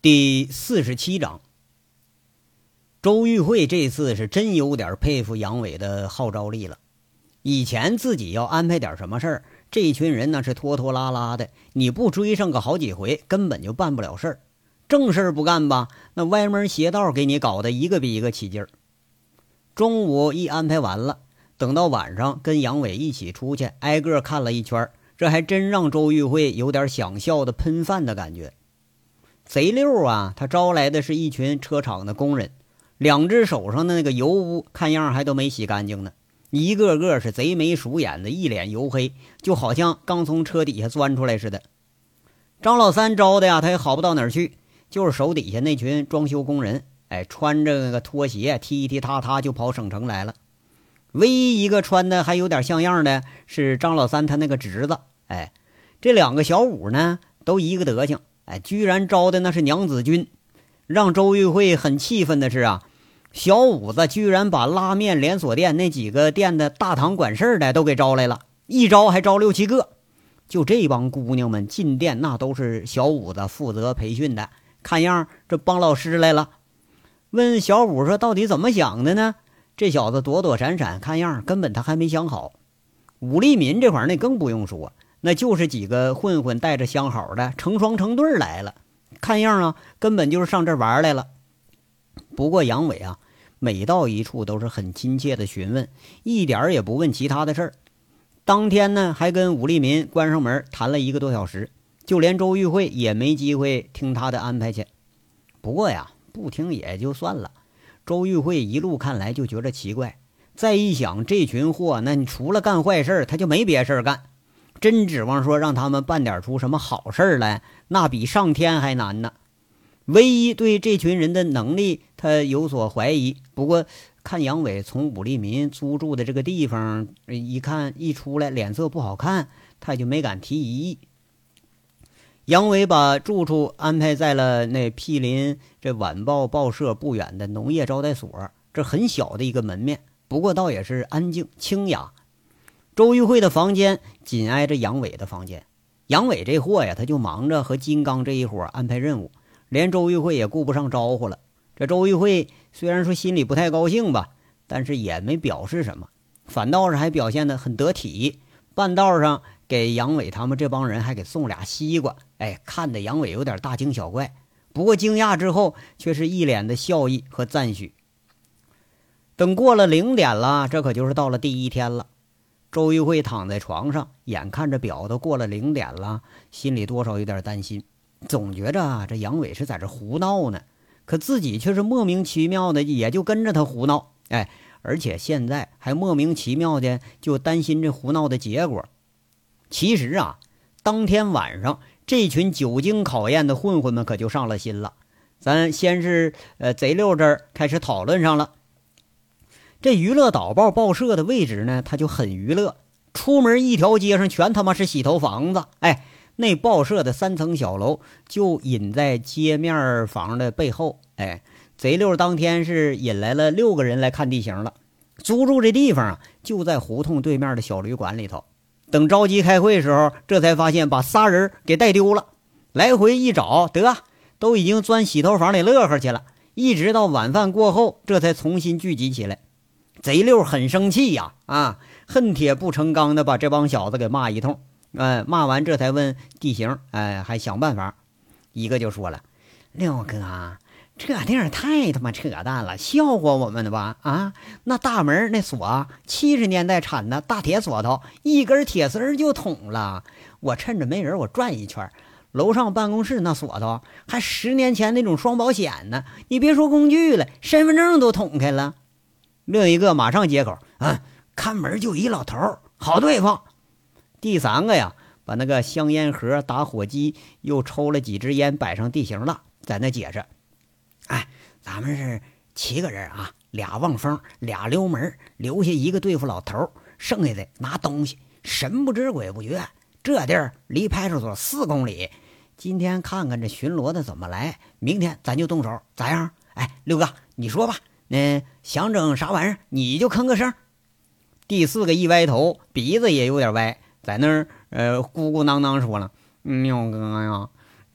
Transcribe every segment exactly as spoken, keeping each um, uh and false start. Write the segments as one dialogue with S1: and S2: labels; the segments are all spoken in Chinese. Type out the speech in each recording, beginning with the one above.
S1: 第四十七章，周玉慧这次是真有点佩服杨伟的号召力了。以前自己要安排点什么事儿，这群人那是拖拖拉拉的，你不追上个好几回，根本就办不了事儿。正事儿不干吧，那歪门邪道给你搞得一个比一个起劲儿。中午一安排完了，等到晚上跟杨伟一起出去，挨个看了一圈，这还真让周玉慧有点想笑的喷饭的感觉。贼溜啊，他招来的是一群车厂的工人，两只手上的那个油污看样还都没洗干净呢，一个个是贼眉鼠眼的，一脸油黑，就好像刚从车底下钻出来似的。张老三招的呀，他也好不到哪儿去，就是手底下那群装修工人，哎，穿着那个拖鞋踢踢踏踏就跑省城来了。唯一一个穿的还有点像样的是张老三他那个侄子，哎，这两个小五呢都一个德行，哎，居然招的那是娘子军。让周玉慧很气愤的是啊，小五子居然把拉面连锁店那几个店的大堂管事的都给招来了，一招还招六七个。就这帮姑娘们进店那都是小五子负责培训的，看样这帮老师来了。问小五说到底怎么想的呢？这小子躲躲闪闪，看样根本他还没想好。武立民这块儿那更不用说，那就是几个混混带着相好的成双成对来了，看样啊根本就是上这儿玩来了。不过杨伟啊每到一处都是很亲切的询问，一点也不问其他的事儿。当天呢还跟武立民关上门谈了一个多小时，就连周玉慧也没机会听他的安排去。不过呀不听也就算了，周玉慧一路看来就觉得奇怪，再一想这群货，那你除了干坏事他就没别事干，真指望说让他们办点出什么好事来，那比上天还难呢。唯一对这群人的能力他有所怀疑，不过看杨伟从武立民租住的这个地方一看一出来脸色不好看，他就没敢提异议。杨伟把住处安排在了那毗邻这晚报报社不远的农业招待所，这很小的一个门面，不过倒也是安静清雅。周玉慧的房间紧挨着杨伟的房间，杨伟这货呀他就忙着和金刚这一伙安排任务，连周玉慧也顾不上招呼了。这周玉慧虽然说心里不太高兴吧，但是也没表示什么，反倒是还表现得很得体。半道上给杨伟他们这帮人还给送俩西瓜，哎，看得杨伟有点大惊小怪，不过惊讶之后却是一脸的笑意和赞许。等过了零点了，这可就是到了第一天了。周玉慧躺在床上，眼看着表都过了零点了，心里多少有点担心，总觉着啊这杨伟是在这胡闹呢，可自己却是莫名其妙的也就跟着他胡闹，哎，而且现在还莫名其妙的就担心这胡闹的结果。其实啊当天晚上这群久经考验的混混们可就上了心了。咱先是呃贼溜这儿开始讨论上了。这娱乐导报报社的位置呢它就很娱乐，出门一条街上全他妈是洗头房子，哎，那报社的三层小楼就隐在街面房的背后，哎，贼溜当天是引来了六个人来看地形了。租住这地方啊就在胡同对面的小旅馆里头。等着急开会时候，这才发现把仨人给带丢了，来回一找得都已经钻洗头房里乐呵去了，一直到晚饭过后这才重新聚集起来。贼溜很生气呀，啊，恨铁不成钢的把这帮小子给骂一通，哎，骂完这才问地形，哎，还想办法。一个就说了，六哥啊，这地儿太他妈扯淡了，笑话我们的吧？啊，那大门那锁七十年代产的大铁锁头，一根铁丝就捅了。我趁着没人我转一圈，楼上办公室那锁头还十年前那种双保险呢，你别说工具了，身份证都捅开了。另一个马上接口，啊，看门就一老头，好对付。第三个呀，把那个香烟盒、打火机又抽了几支烟摆上地形了，在那解释，哎，咱们是七个人啊，俩望风，俩溜门，留下一个对付老头，剩下的拿东西，神不知鬼不觉。这地儿离派出所四公里，今天看看这巡逻的怎么来，明天咱就动手，咋样？哎，六哥你说吧，那想整啥玩意儿你就吭个声。第四个一歪头，鼻子也有点歪，在那儿呃咕咕囔囔说了，六哥呀，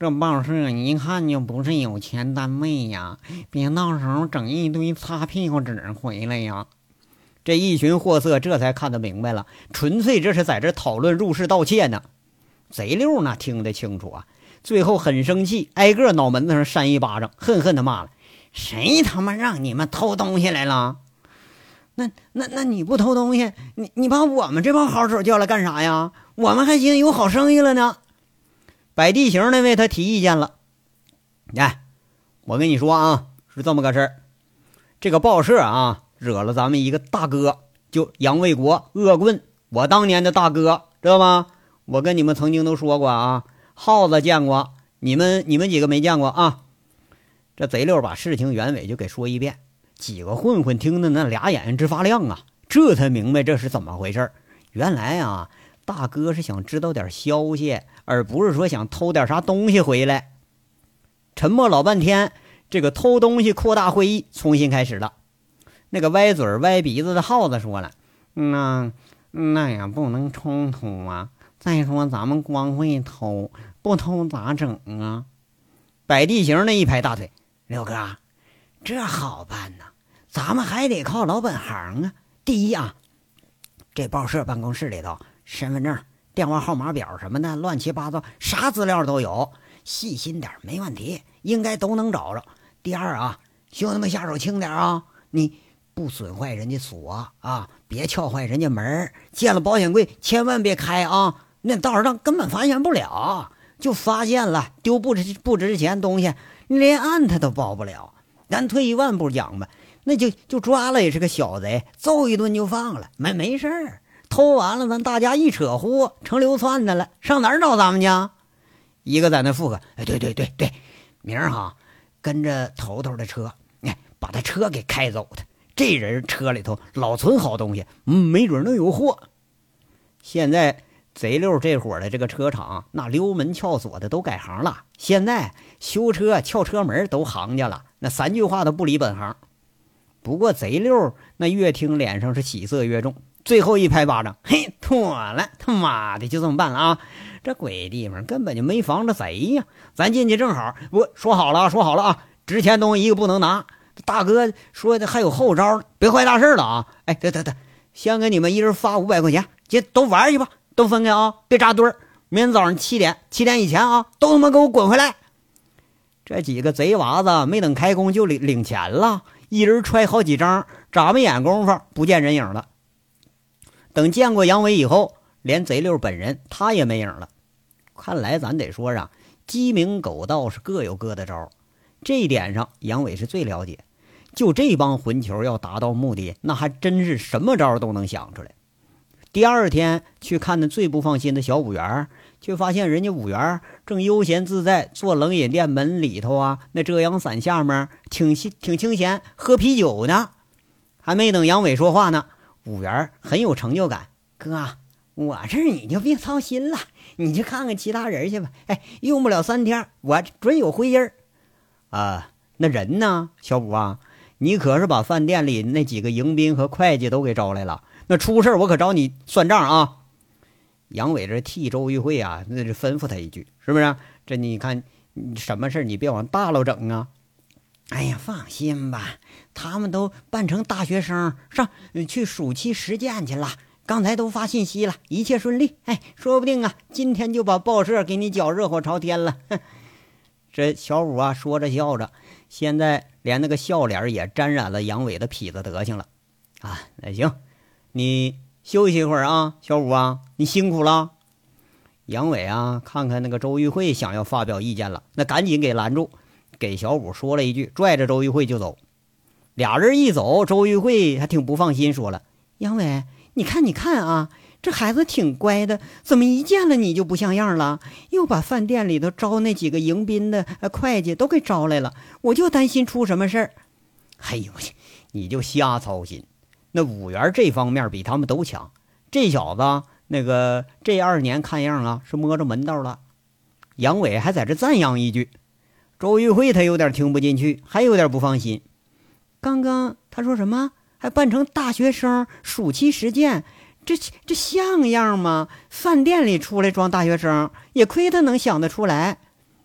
S2: 这报社一看就不是有钱单位呀，别到时候整一堆擦屁股纸回来呀。
S1: 这一群货色这才看得明白了，纯粹这是在这讨论入室盗窃呢。贼溜那听得清楚啊，最后很生气，挨个脑门子上扇一巴掌，恨恨地骂了：谁他妈让你们偷东西来了？那那那你不偷东西，你你把我们这帮好手叫来干啥呀？我们还行有好生意了呢。摆地形那位他提意见了，哎，我跟你说啊，是这么个事儿，这个报社啊惹了咱们一个大哥，就杨卫国恶棍，我当年的大哥，知道吗？我跟你们曾经都说过啊，耗子见过，你们你们几个没见过啊。这贼溜把事情原委就给说一遍，几个混混听的那俩眼直发亮啊，这才明白这是怎么回事。原来啊，大哥是想知道点消息，而不是说想偷点啥东西回来。沉默老半天，这个偷东西扩大会议重新开始了。那个歪嘴歪鼻子的耗子说了，
S2: 那那也不能冲突啊，再说咱们光会偷，不偷咋整啊？
S1: 摆地形那一拍大腿，六哥，这好办呐，咱们还得靠老本行啊。第一啊，这报社办公室里头身份证、电话号码表什么的乱七八糟，啥资料都有，细心点没问题，应该都能找着。第二啊，兄弟们下手轻点啊，你不损坏人家锁啊，别撬坏人家门，见了保险柜千万别开啊，那到时候根本发现不了，就发现了丢不值不值钱东西，连案他都报不了。咱退一万步讲吧，那就就抓了也是个小贼，揍一顿就放了，没没事儿。偷完了咱大家一扯呼成流窜的了，上哪儿找咱们去？一个在那附和，哎，对对对对，明儿哈跟着头头的车，哎，把他车给开走的。这人车里头老存好东西，嗯，没准能有货。现在贼溜这伙的这个车厂，那溜门撬锁的都改行了，现在修车撬车门都行家了，那三句话都不离本行。不过贼溜那越听脸上是喜色越重，最后一拍巴掌，嘿，妥了，他妈的就这么办了啊！这鬼地方根本就没防着贼呀，咱进去正好，不说好了，说好了啊，值钱东西一个不能拿。大哥说的还有后招，别坏大事了啊！哎，得得得，先给你们一人发五百块钱，姐都玩去吧，都分开啊，别扎堆儿。明天早上七点，七点以前啊，都他妈给我滚回来！这几个贼娃子没等开工就领领钱了，一人揣好几张，眨巴眼功夫不见人影了。等见过杨伟以后，连贼溜本人他也没影了。看来咱得说啊，鸡鸣狗盗是各有各的招，这一点上杨伟是最了解。就这帮混球要达到目的，那还真是什么招都能想出来。第二天去看那最不放心的小五元，却发现人家五元正悠闲自在坐冷饮店门里头啊，那遮阳伞下面挺挺清闲喝啤酒呢。还没等杨伟说话呢，五元很有成就感，哥，我这儿你就别操心了，你去看看其他人去吧。哎，用不了三天，我准有回音儿啊。那人呢，小五啊，你可是把饭店里那几个迎宾和会计都给招来了，那出事我可找你算账啊。杨伟这替周玉慧啊，那就吩咐他一句，是不是？这你看什么事你别往大了整啊。哎呀，放心吧，他们都扮成大学生上去暑期实践去了，刚才都发信息了，一切顺利。哎，说不定啊，今天就把报社给你搅热火朝天了。这小五啊说着笑着，现在连那个笑脸也沾染了杨伟的痞子德行了啊。那行，你休息一会儿啊，小五啊，你辛苦了。杨伟啊看看那个周玉慧想要发表意见了，那赶紧给拦住，给小五说了一句，拽着周玉慧就走。俩人一走，周玉慧还挺不放心，说了，杨伟，你看你看啊，这孩子挺乖的，怎么一见了你就不像样了？又把饭店里头招那几个迎宾的、呃、会计都给招来了，我就担心出什么事儿。哎呦，你就瞎操心，那五元这方面比他们都强。这小子那个这二年看样啊是摸着门道了。杨伟还在这赞扬一句，周玉慧他有点听不进去，还有点不放心。刚刚他说什么？还扮成大学生暑期实践，这这像样吗？饭店里出来装大学生，也亏他能想得出来。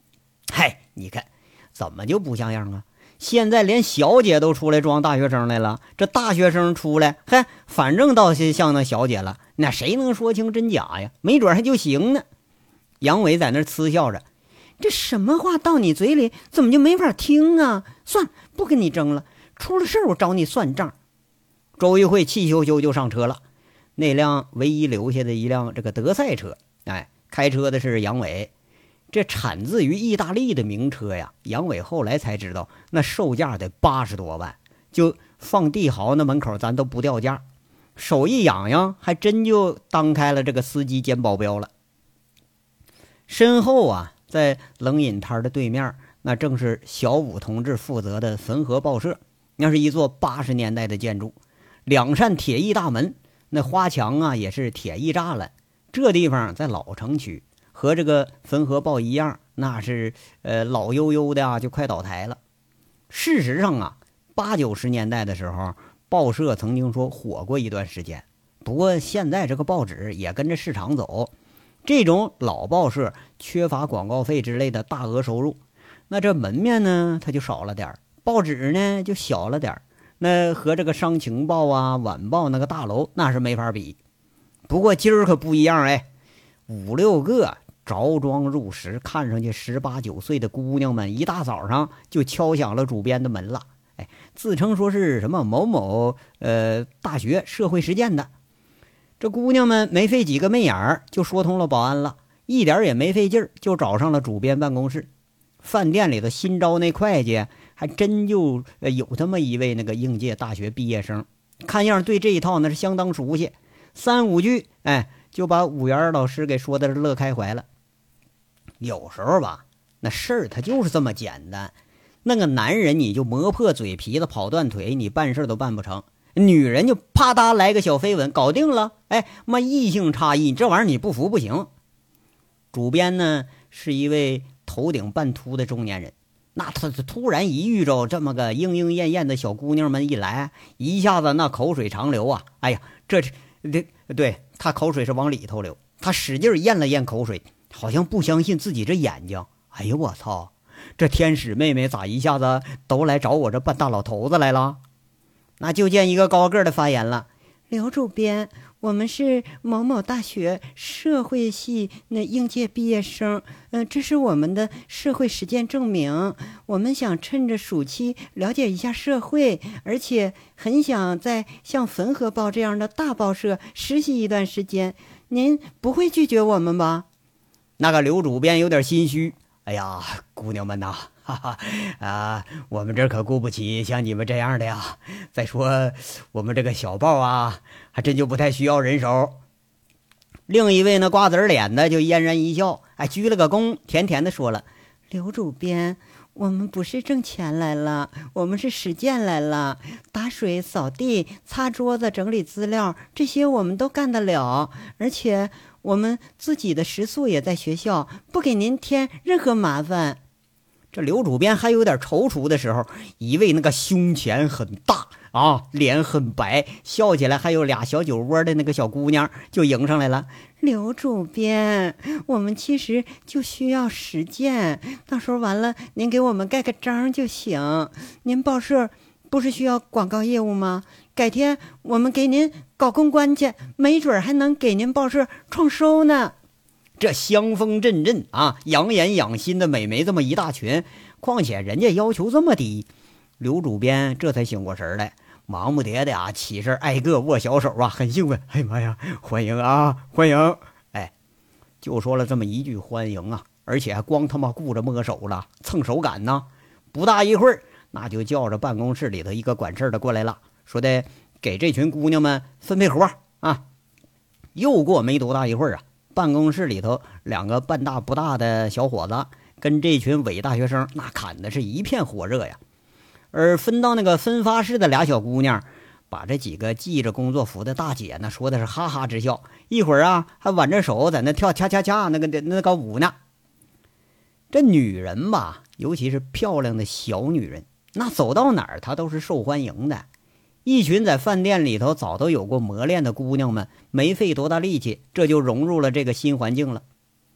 S1: 嗨，你看怎么就不像样啊？现在连小姐都出来装大学生来了，这大学生出来，嗨，反正倒是像那小姐了，那谁能说清真假呀？没准还就行呢。杨伟在那嗤笑着，
S2: 这什么话到你嘴里怎么就没法听啊？算，不跟你争了，出了事我找你算账。
S1: 周玉慧气咻咻就上车了，那辆唯一留下的一辆这个德赛车，哎，开车的是杨伟。这产自于意大利的名车呀，杨伟后来才知道，那售价得八十多万，就放帝豪那门口咱都不掉价。手一痒痒，还真就当开了这个司机兼保镖了。身后啊，在冷饮摊的对面，那正是小武同志负责的汾河报社，那是一座八十年代的建筑，两扇铁艺大门，那花墙啊也是铁艺栅栏。这地方在老城区，和这个汾河报一样，那是呃老悠悠的啊，就快倒台了。事实上啊，八九十年代的时候，报社曾经说火过一段时间，不过现在这个报纸也跟着市场走。这种老报社缺乏广告费之类的大额收入，那这门面呢它就少了点，报纸呢就小了点，那和这个商情报啊晚报那个大楼那是没法比。不过今儿可不一样，哎，五六个着装入时看上去十八九岁的姑娘们一大早上就敲响了主编的门了，哎，自称说是什么某某呃大学社会实践的。这姑娘们没费几个媚眼儿就说通了保安了，一点也没费劲儿就找上了主编办公室。饭店里的新招那会计还真就有这么一位那个应届大学毕业生，看样对这一套那是相当熟悉，三五句哎就把武元老师给说的是乐开怀了。有时候吧，那事儿它就是这么简单，那个男人你就磨破嘴皮子跑断腿，你办事都办不成，女人就啪嗒来个小飞吻搞定了。哎妈，异性差异这玩意儿你不服不行。主编呢是一位头顶半秃的中年人，那他突然一遇着这么个莺莺燕燕的小姑娘们一来，一下子那口水长流啊！哎呀，这这对他口水是往里头流，他使劲咽了咽口水，好像不相信自己这眼睛。哎呦我操，这天使妹妹咋一下子都来找我这半大老头子来了？那就见一个高个的发言了，
S2: 刘主编，我们是某某大学社会系那应届毕业生，嗯、呃，这是我们的社会实践证明。我们想趁着暑期了解一下社会，而且很想在像汾河报这样的大报社实习一段时间。您不会拒绝我们吧？
S1: 那个刘主编有点心虚，哎呀，姑娘们呐，哈哈啊，我们这可顾不起像你们这样的呀。再说我们这个小报啊，还真就不太需要人手。另一位呢瓜子脸的就嫣然一笑，哎，鞠了个躬，甜甜的说了：“
S2: 刘主编，我们不是挣钱来了，我们是实践来了。打水、扫地、擦桌子、整理资料，这些我们都干得了，而且我们自己的食宿也在学校，不给您添任何麻烦。”
S1: 这刘主编还有点踌躇的时候，一位那个胸前很大啊，脸很白，笑起来还有俩小酒窝的那个小姑娘就迎上来了。
S2: 刘主编，我们其实就需要实践，到时候完了您给我们盖个章就行。您报社不是需要广告业务吗？改天我们给您搞公关去，没准还能给您报社创收呢。
S1: 这香风阵阵啊，养眼养心的美眉这么一大群，况且人家要求这么低，刘主编这才醒过神来，忙不迭的啊起身挨个握小手啊，很兴奋。哎妈呀，欢迎啊，欢迎！哎，就说了这么一句欢迎啊，而且还光他妈顾着摸手了，蹭手感呢。不大一会儿，那就叫着办公室里头一个管事的过来了，说的给这群姑娘们分配活啊。又过没多大一会儿啊，办公室里头两个半大不大的小伙子跟这群伪大学生那砍的是一片火热呀。而分到那个分发室的俩小姑娘，把这几个系着工作服的大姐呢说的是哈哈直笑，一会儿啊还挽着手在那跳恰恰恰那个那个舞呢。这女人吧，尤其是漂亮的小女人，那走到哪儿她都是受欢迎的。一群在饭店里头早都有过磨练的姑娘们，没费多大力气，这就融入了这个新环境了。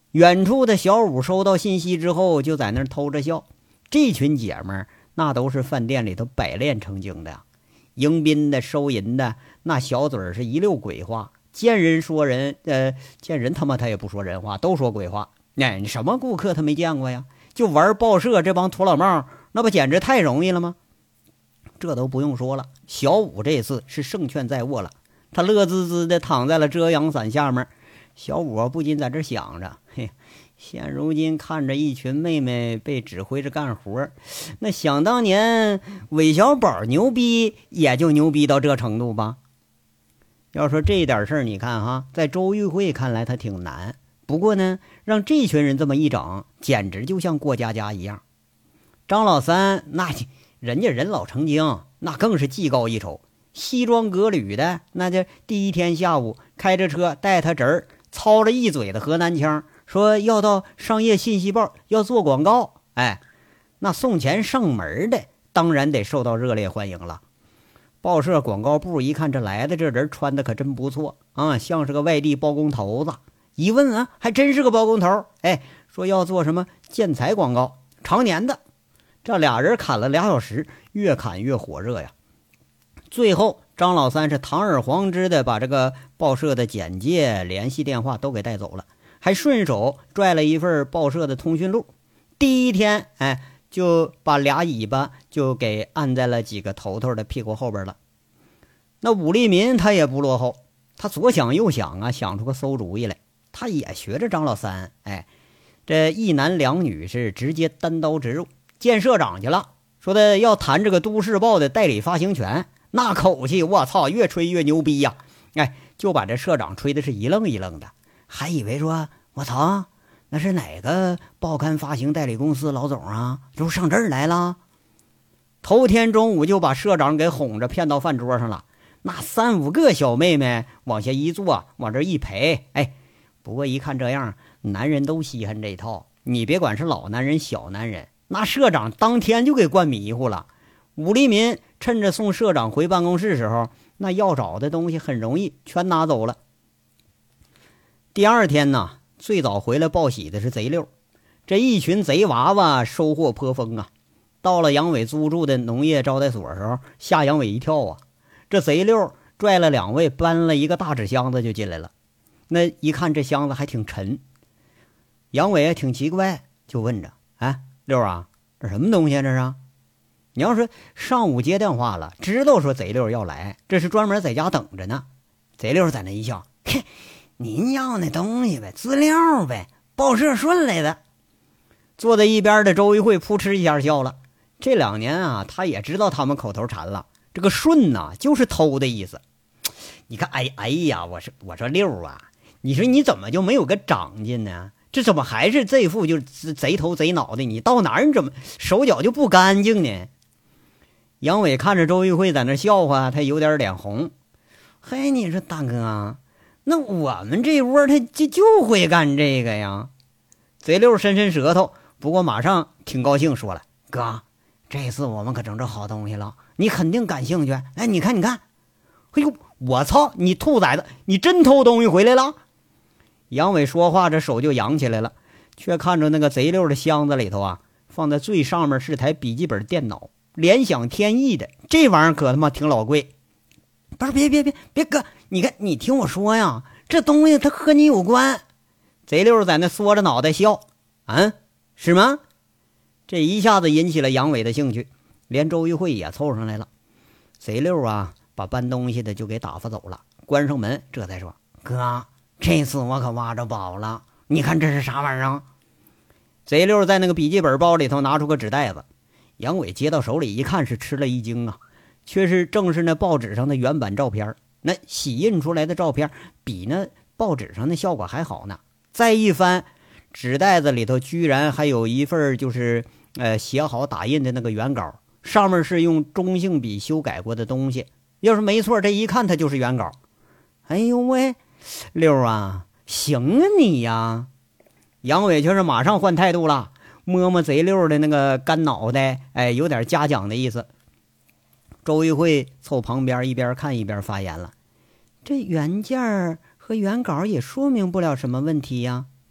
S1: 远处的小五收到信息之后，就在那儿偷着笑。这群姐们儿那都是饭店里头百炼成精的呀，迎宾的、收银的，那小嘴儿是一溜鬼话，见人说人，呃，见人他妈他也不说人话，都说鬼话。哎，你什么顾客他没见过呀？就玩报社这帮土老帽，那不简直太容易了吗？这都不用说了，小五这次是胜券在握了，他乐滋滋的躺在了遮阳伞下面。小五不禁在这想着，嘿，现如今看着一群妹妹被指挥着干活，那想当年韦小宝牛逼也就牛逼到这程度吧。要说这点事儿，你看哈，在周玉慧看来他挺难，不过呢，让这群人这么一整，简直就像过家家一样。张老三那人家人老成精，那更是技高一筹，西装革履的，那就第一天下午开着车带他侄儿操着一嘴的河南腔，说要到商业信息报要做广告。哎，那送钱上门的当然得受到热烈欢迎了。报社广告部一看这来的这人穿的可真不错啊，像是个外地包工头子。一问啊，还真是个包工头。哎，说要做什么建材广告，常年的。这俩人砍了俩小时，越砍越火热呀。最后张老三是堂而皇之的把这个报社的简介、联系电话都给带走了，还顺手拽了一份报社的通讯录。第一天，哎，就把俩尾巴就给按在了几个头头的屁股后边了。那武立民他也不落后，他左想右想啊，想出个馊主意来。他也学着张老三，哎，这一男两女是直接单刀直入，见社长去了，说的要谈这个都市报的代理发行权。那口气我操，越吹越牛逼呀！哎，就把这社长吹的是一愣一愣的，还以为说我操，那是哪个报刊发行代理公司老总啊，就上这儿来了。头天中午就把社长给哄着骗到饭桌上了，那三五个小妹妹往下一坐，往这一陪。哎，不过一看这样，男人都稀罕这一套，你别管是老男人小男人，那社长当天就给灌迷糊了。武立民趁着送社长回办公室时候，那要找的东西很容易全拿走了。第二天呢，最早回来报喜的是贼六，这一群贼娃娃收获颇丰啊。到了杨伟租住的农业招待所的时候，吓杨伟一跳啊！这贼六拽了两位，搬了一个大纸箱子就进来了。那一看这箱子还挺沉，杨伟挺奇怪，就问着：“哎，六啊，这什么东西啊？这是？”你要说上午接电话了，知道说贼六要来，这是专门在家等着呢。贼六在那一笑：“嘿，您要那东西呗，资料呗，报社顺来的。”坐在一边的周玉慧扑哧一下笑了。这两年啊，他也知道他们口头禅了，这个顺呐、啊、就是偷的意思。你看，哎哎呀，我说我说六啊，你说你怎么就没有个长进呢？这怎么还是这副就是贼头贼脑的？你到哪儿你怎么手脚就不干净呢？杨伟看着周玉慧在那笑话，他有点脸红。嘿，你说大哥，那我们这窝他就就会干这个呀。贼六伸伸舌头，不过马上挺高兴，说了：“哥，这次我们可整着好东西了，你肯定感兴趣。哎，你看你看。”哎呦，我操，你兔崽子，你真偷东西回来了！杨伟说话这手就扬起来了，却看着那个贼六的箱子里头啊，放在最上面是台笔记本电脑，联想天翼的，这玩意儿可他妈挺老贵。不是，别别别别哥，你看你听我说呀，这东西它和你有关。贼六在那缩着脑袋笑，啊，是吗？这一下子引起了杨伟的兴趣，连周玉慧也凑上来了。贼六啊，把搬东西的就给打发走了，关上门，这才说：“哥，这次我可挖着宝了，你看这是啥玩意儿啊？”贼六在那个笔记本包里头拿出个纸袋子，杨伟接到手里一看，是吃了一惊啊，却是正是那报纸上的原版照片，那洗印出来的照片比那报纸上的效果还好呢。再一翻，纸袋子里头居然还有一份就是呃写好打印的那个原稿，上面是用中性笔修改过的东西。要是没错，这一看它就是原稿。哎呦喂，六啊，行啊你呀！杨伟却是马上换态度了，摸摸贼六的那个干脑袋，哎，有点嘉奖的意思。周玉慧凑旁边一边看一边发言了：“这原件儿和原稿也说明不了什么问题呀。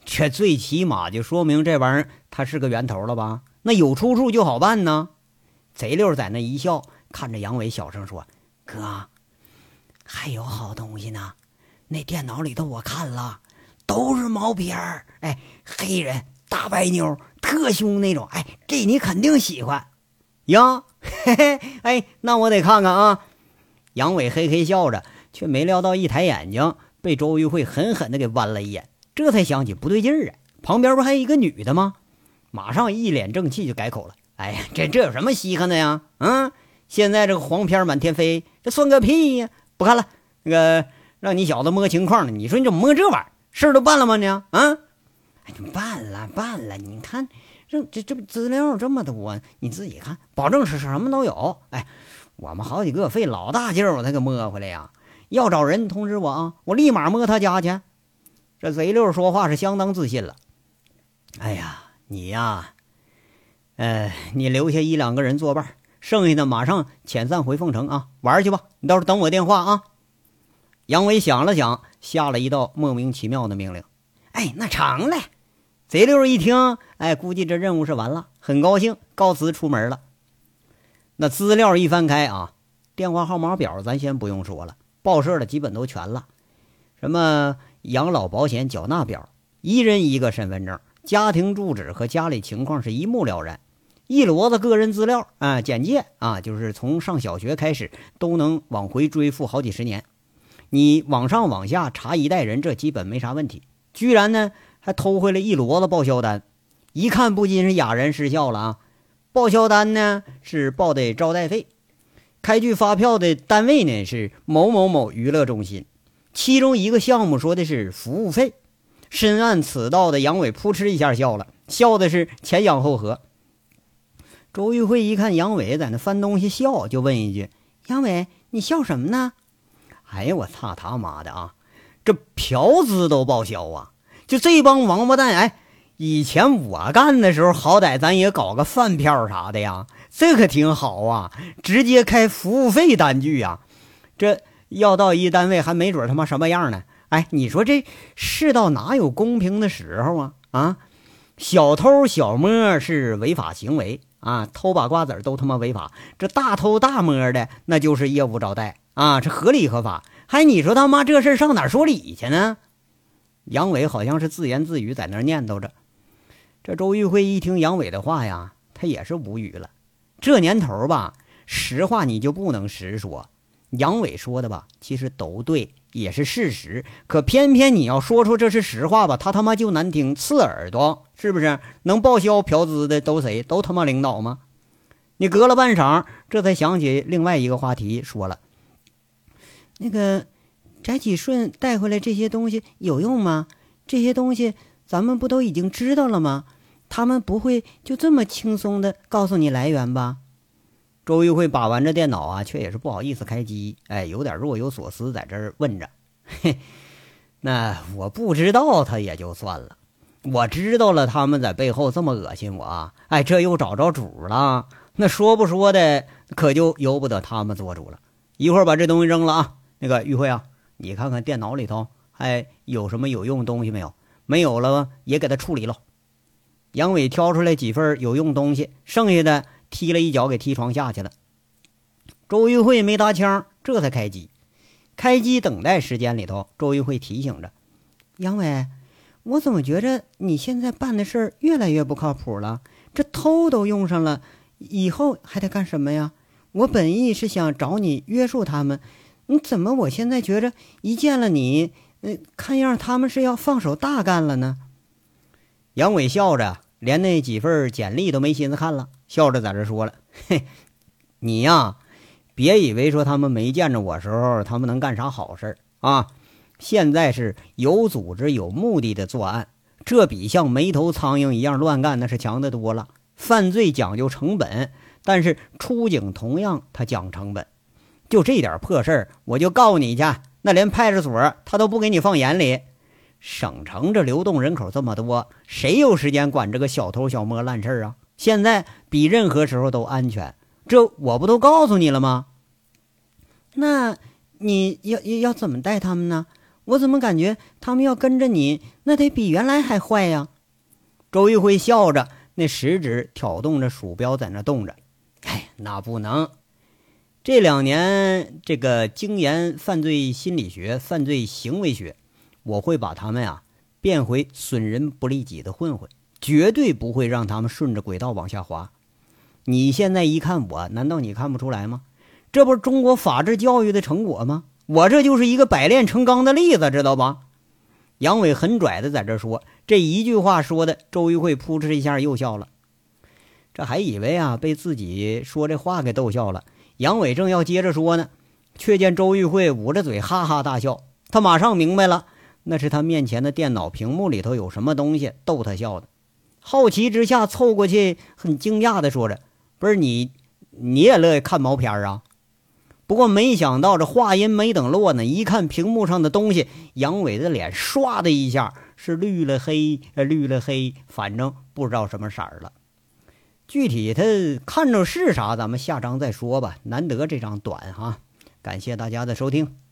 S1: 这最起码就说明这玩意儿它是个源头了吧？那有出处就好办呢。贼溜在那一笑，看着杨伟小声说：“哥，还有好东西呢。那电脑里头我看了，都是毛片儿，哎，黑人大白妞特凶那种，哎，这你肯定喜欢呀。嘿嘿，哎，那我得看看啊。”杨伟嘿嘿笑着，却没料到一抬眼睛被周玉慧狠狠地给剜了一眼，这才想起不对劲儿啊，旁边不还有一个女的吗？马上一脸正气就改口了：“哎呀，这这有什么稀罕的呀？嗯，现在这个黄片满天飞，这算个屁呀！不看了，那个让你小子摸情况呢，你说你怎么摸这玩意儿？事儿都办了吗你啊？啊，哎，办了办了，你看这这这资料这么多，你自己看，保证是什么都有。哎，我们好几个费老大劲儿我才给摸回来呀。要找人通知我啊，我立马摸他家去。”这贼溜说话是相当自信了。哎呀，你呀，呃，你留下一两个人作伴，剩下的马上遣散回凤城啊，玩去吧。你到时候等我电话啊。杨伟想了想，下了一道莫名其妙的命令。哎，那成嘞。贼溜一听，哎，估计这任务是完了，很高兴，告辞出门了。那资料一翻开啊，电话号码表咱先不用说了，报社的基本都全了。什么养老保险缴纳表，一人一个身份证，家庭住址和家里情况是一目了然，一摞子个人资料啊，简介啊，就是从上小学开始都能往回追溯好几十年。你往上往下查一代人，这基本没啥问题。居然呢还偷回来一摞子报销单，一看不禁是哑然失笑了啊！报销单呢是报的招待费，开具发票的单位呢是某某某娱乐中心，其中一个项目说的是服务费。深谙此道的杨伟扑哧一下笑了，笑的是前仰后合。周玉慧一看杨伟在那翻东西笑，就问一句：“杨伟，你笑什么呢？”哎呀，我操他妈的啊！这嫖资都报销啊！就这帮王八蛋！哎，以前我干的时候，好歹咱也搞个饭票啥的呀，这可挺好啊，直接开服务费单据啊！这要到一单位还没准他妈什么样呢？哎，你说这世道哪有公平的时候啊？啊，小偷小摸是违法行为啊，偷把瓜子都他妈违法，这大偷大摸的那就是业务招待啊，这合理合法。还你说他妈这事上哪说理去呢？杨伟好像是自言自语在那念叨着。这周玉慧一听杨伟的话呀，他也是无语了。这年头吧，实话你就不能实说。杨伟说的吧，其实都对，也是事实，可偏偏你要说出这是实话吧，他他妈就难听，刺耳朵，是不是？能报销嫖资的都谁？都他妈领导吗？你隔了半晌，这才想起另外一个话题，说了：“那个翟启顺带回来这些东西有用吗？这些东西咱们不都已经知道了吗？他们不会就这么轻松的告诉你来源吧？”周玉慧把玩着电脑啊，却也是不好意思开机，哎，有点若有所思，在这儿问着：“嘿，那我不知道他也就算了，我知道了他们在背后这么恶心我啊，哎，这又找着主了，那说不说的，可就由不得他们做主了。一会儿把这东西扔了啊，那个玉慧啊，你看看电脑里头还有什么有用东西没有？没有了也给他处理了。”杨伟挑出来几份有用东西，剩下的踢了一脚给踢床下去了。周玉慧没搭腔，这才开机。开机等待时间里头，周玉慧提醒着：“杨伟，我怎么觉着你现在办的事儿越来越不靠谱了？这偷都用上了，以后还得干什么呀？我本意是想找你约束他们，你怎么我现在觉着一见了你，呃，看样他们是要放手大干了呢？”杨伟笑着，连那几份简历都没心思看了，笑着在这说了：“嘿，你呀，别以为说他们没见着我时候，他们能干啥好事啊！现在是有组织、有目的的作案，这比像没头苍蝇一样乱干那是强得多了。犯罪讲究成本，但是出警同样他讲成本。就这点破事儿，我就告你去，那连派出所他都不给你放眼里。省城这流动人口这么多，谁有时间管这个小偷小摸烂事儿啊？现在比任何时候都安全，这我不都告诉你了吗？那你要要怎么带他们呢？
S2: 我怎么感觉他们要跟着你，那得比原来还坏呀？
S1: 周玉慧笑着，那食指挑动着鼠标在那动着。哎，那不能。这两年这个精研犯罪心理学、犯罪行为学，我会把他们啊变回损人不利己的混混，绝对不会让他们顺着轨道往下滑。你现在一看我，难道你看不出来吗？这不是中国法治教育的成果吗？我这就是一个百炼成钢的例子，知道吧？杨伟很拽的在这说，这一句话说的，周玉慧扑哧一下又笑了。这还以为啊被自己说这话给逗笑了，杨伟正要接着说呢，却见周玉慧捂着嘴哈哈大笑。他马上明白了，那是他面前的电脑屏幕里头有什么东西逗他笑的。好奇之下凑过去，很惊讶的说着：“不是你，你也乐意看毛片啊？”不过没想到这话音没等落呢，一看屏幕上的东西，杨伟的脸唰的一下是绿了黑，呃，绿了黑，反正不知道什么色儿了。具体他看着是啥，咱们下章再说吧。难得这章短哈，感谢大家的收听。